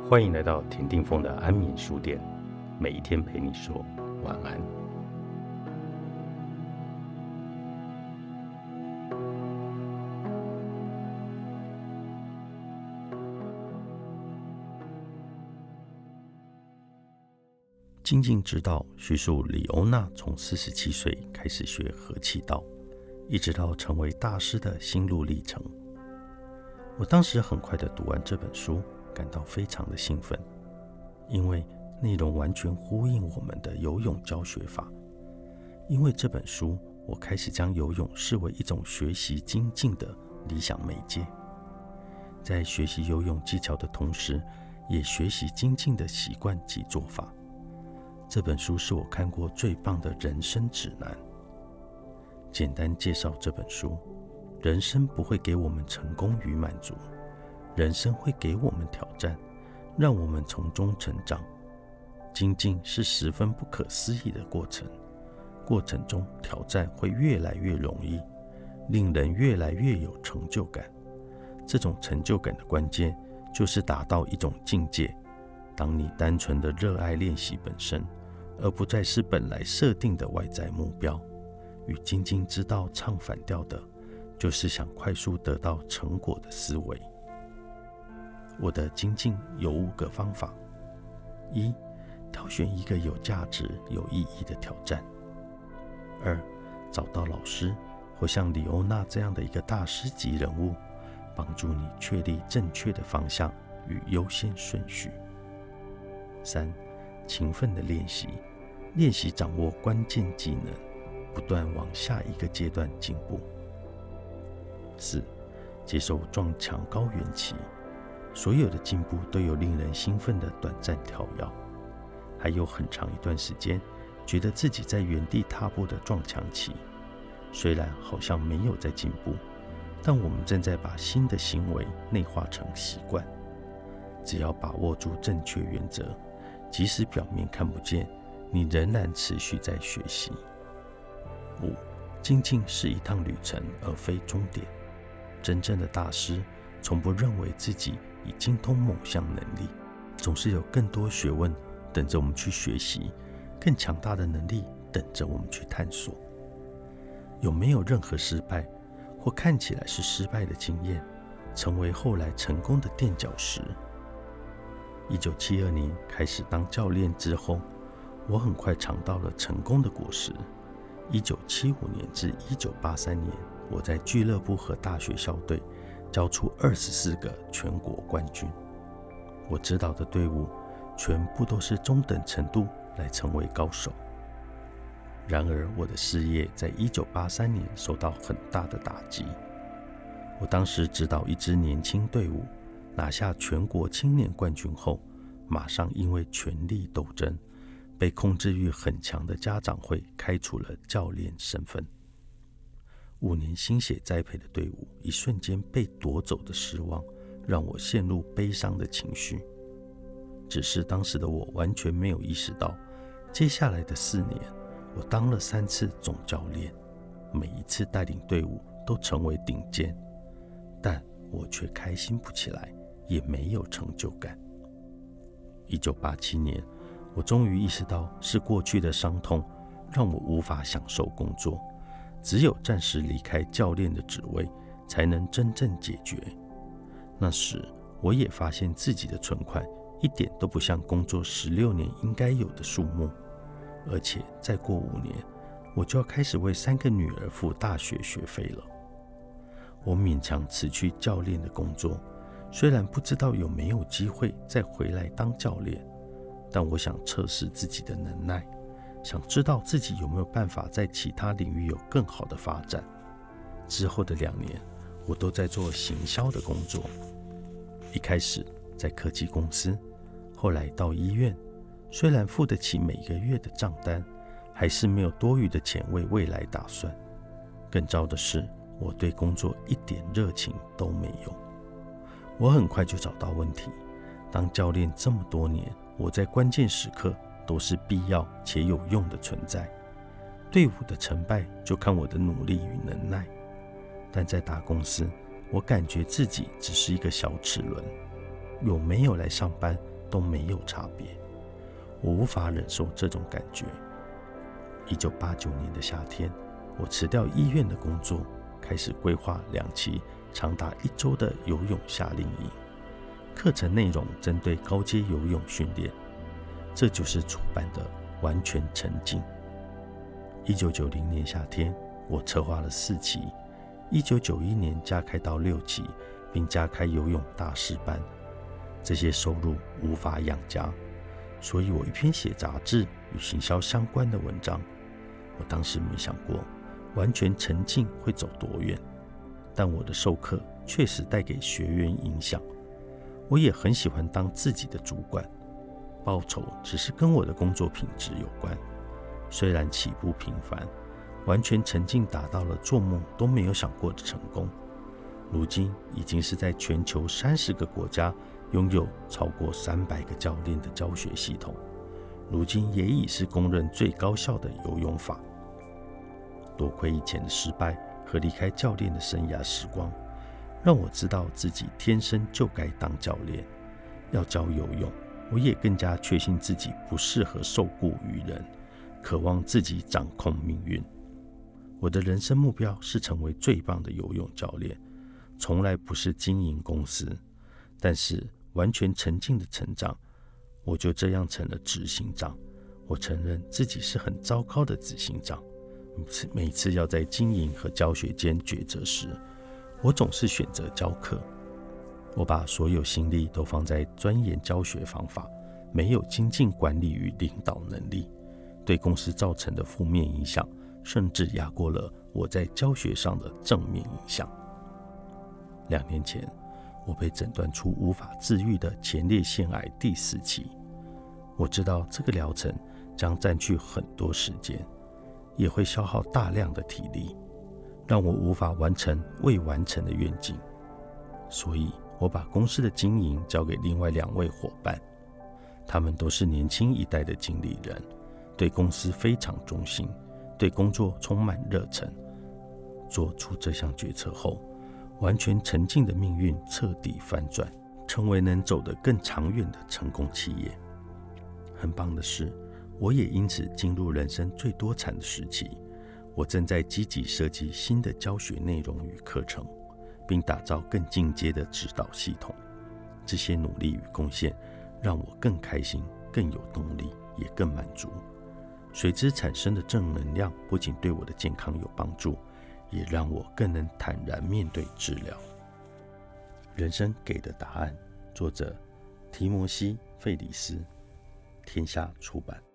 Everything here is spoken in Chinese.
欢迎来到田定峰的安眠书店，每一天陪你说晚安。精进之道叙述李欧娜从47岁开始学和气道，一直到成为大师的心路历程。我当时很快地读完这本书，感到非常的兴奋，因为内容完全呼应我们的游泳教学法。因为这本书，我开始将游泳视为一种学习精进的理想媒介，在学习游泳技巧的同时，也学习精进的习惯及做法。这本书是我看过最棒的人生指南。简单介绍这本书：人生不会给我们成功与满足，人生会给我们挑战，让我们从中成长。精进是十分不可思议的过程，过程中挑战会越来越容易，令人越来越有成就感。这种成就感的关键就是达到一种境界，当你单纯的热爱练习本身，而不再是本来设定的外在目标。与精进之道唱反调的，就是想快速得到成果的思维。我的精进有5个方法： 1. 挑选一个有价值、有意义的挑战。 2. 找到老师或像李欧娜这样的一个大师级人物，帮助你确立正确的方向与优先顺序。 3. 勤奋的练习，练习掌握关键技能，不断往下一个阶段进步。 4. 接受撞墙高原期，所有的进步都有令人兴奋的短暂跳跃，还有很长一段时间觉得自己在原地踏步的撞墙期。虽然好像没有在进步，但我们正在把新的行为内化成习惯。只要把握住正确原则，即使表面看不见，你仍然持续在学习。5. 精进是一趟旅程，而非终点。真正的大师从不认为自己已精通某项能力，总是有更多学问等着我们去学习，更强大的能力等着我们去探索。有没有任何失败或看起来是失败的经验，成为后来成功的垫脚石？1972年开始当教练之后，我很快尝到了成功的果实。1975年至1983年，我在俱乐部和大学校队教出24个全国冠军。我指导的队伍全部都是中等程度来成为高手。然而，我的事业在1983年受到很大的打击。我当时指导一支年轻队伍拿下全国青年冠军后，马上因为权力斗争，被控制欲很强的家长会开除了教练身份。5年心血栽培的队伍一瞬间被夺走的失望，让我陷入悲伤的情绪。只是当时的我完全没有意识到，接下来的4年，我当了3次总教练，每一次带领队伍都成为顶尖，但我却开心不起来，也没有成就感。1987年，我终于意识到是过去的伤痛让我无法享受工作，只有暂时离开教练的职位，才能真正解决。那时，我也发现自己的存款一点都不像工作16年应该有的数目，而且再过5年，我就要开始为3个女儿付大学学费了。我勉强辞去教练的工作，虽然不知道有没有机会再回来当教练，但我想测试自己的能耐，想知道自己有没有办法在其他领域有更好的发展。之后的2年，我都在做行销的工作，一开始在科技公司，后来到医院。虽然付得起每个月的账单，还是没有多余的钱为未来打算。更糟的是，我对工作一点热情都没有。我很快就找到问题，当教练这么多年，我在关键时刻都是必要且有用的存在。队伍的成败就看我的努力与能耐。但在大公司，我感觉自己只是一个小齿轮，有没有来上班都没有差别。我无法忍受这种感觉。1989年的夏天，我辞掉医院的工作，开始规划2期长达1周的游泳夏令营。课程内容针对高阶游泳训练，这就是出版的《完全沉浸》。1990年夏天，我策划了4期，1991年加开到6期，并加开游泳大师班。这些收入无法养家，所以我一边写杂志与行销相关的文章。我当时没想过完全沉浸会走多远，但我的授课确实带给学员影响。我也很喜欢当自己的主管，报酬只是跟我的工作品质有关。虽然起步平凡，完全沉浸达到了做梦都没有想过的成功。如今已经是在全球30个国家拥有超过300个教练的教学系统，如今也已是公认最高效的游泳法。多亏以前的失败和离开教练的生涯时光，让我知道自己天生就该当教练。要教游泳，我也更加确信自己不适合受雇于人，渴望自己掌控命运。我的人生目标是成为最棒的游泳教练，从来不是经营公司。但是完全沉浸的成长，我就这样成了执行长。我承认自己是很糟糕的执行长。每次要在经营和教学间抉择时，我总是选择教课。我把所有心力都放在钻研教学方法，没有精进管理与领导能力，对公司造成的负面影响甚至压过了我在教学上的正面影响。2年前，我被诊断出无法治愈的前列腺癌第4期。我知道这个疗程将占据很多时间，也会消耗大量的体力，让我无法完成未完成的愿景。所以我把公司的经营交给另外2位伙伴，他们都是年轻一代的经理人，对公司非常忠心，对工作充满热忱。做出这项决策后，完全沉浸的命运彻底翻转，成为能走得更长远的成功企业。很棒的是，我也因此进入人生最多产的时期。我正在积极设计新的教学内容与课程，并打造更进阶的指导系统。这些努力与贡献让我更开心、更有动力，也更满足。随之产生的正能量不仅对我的健康有帮助，也让我更能坦然面对治疗。人生给的答案，作者提摩西·费里斯，天下出版。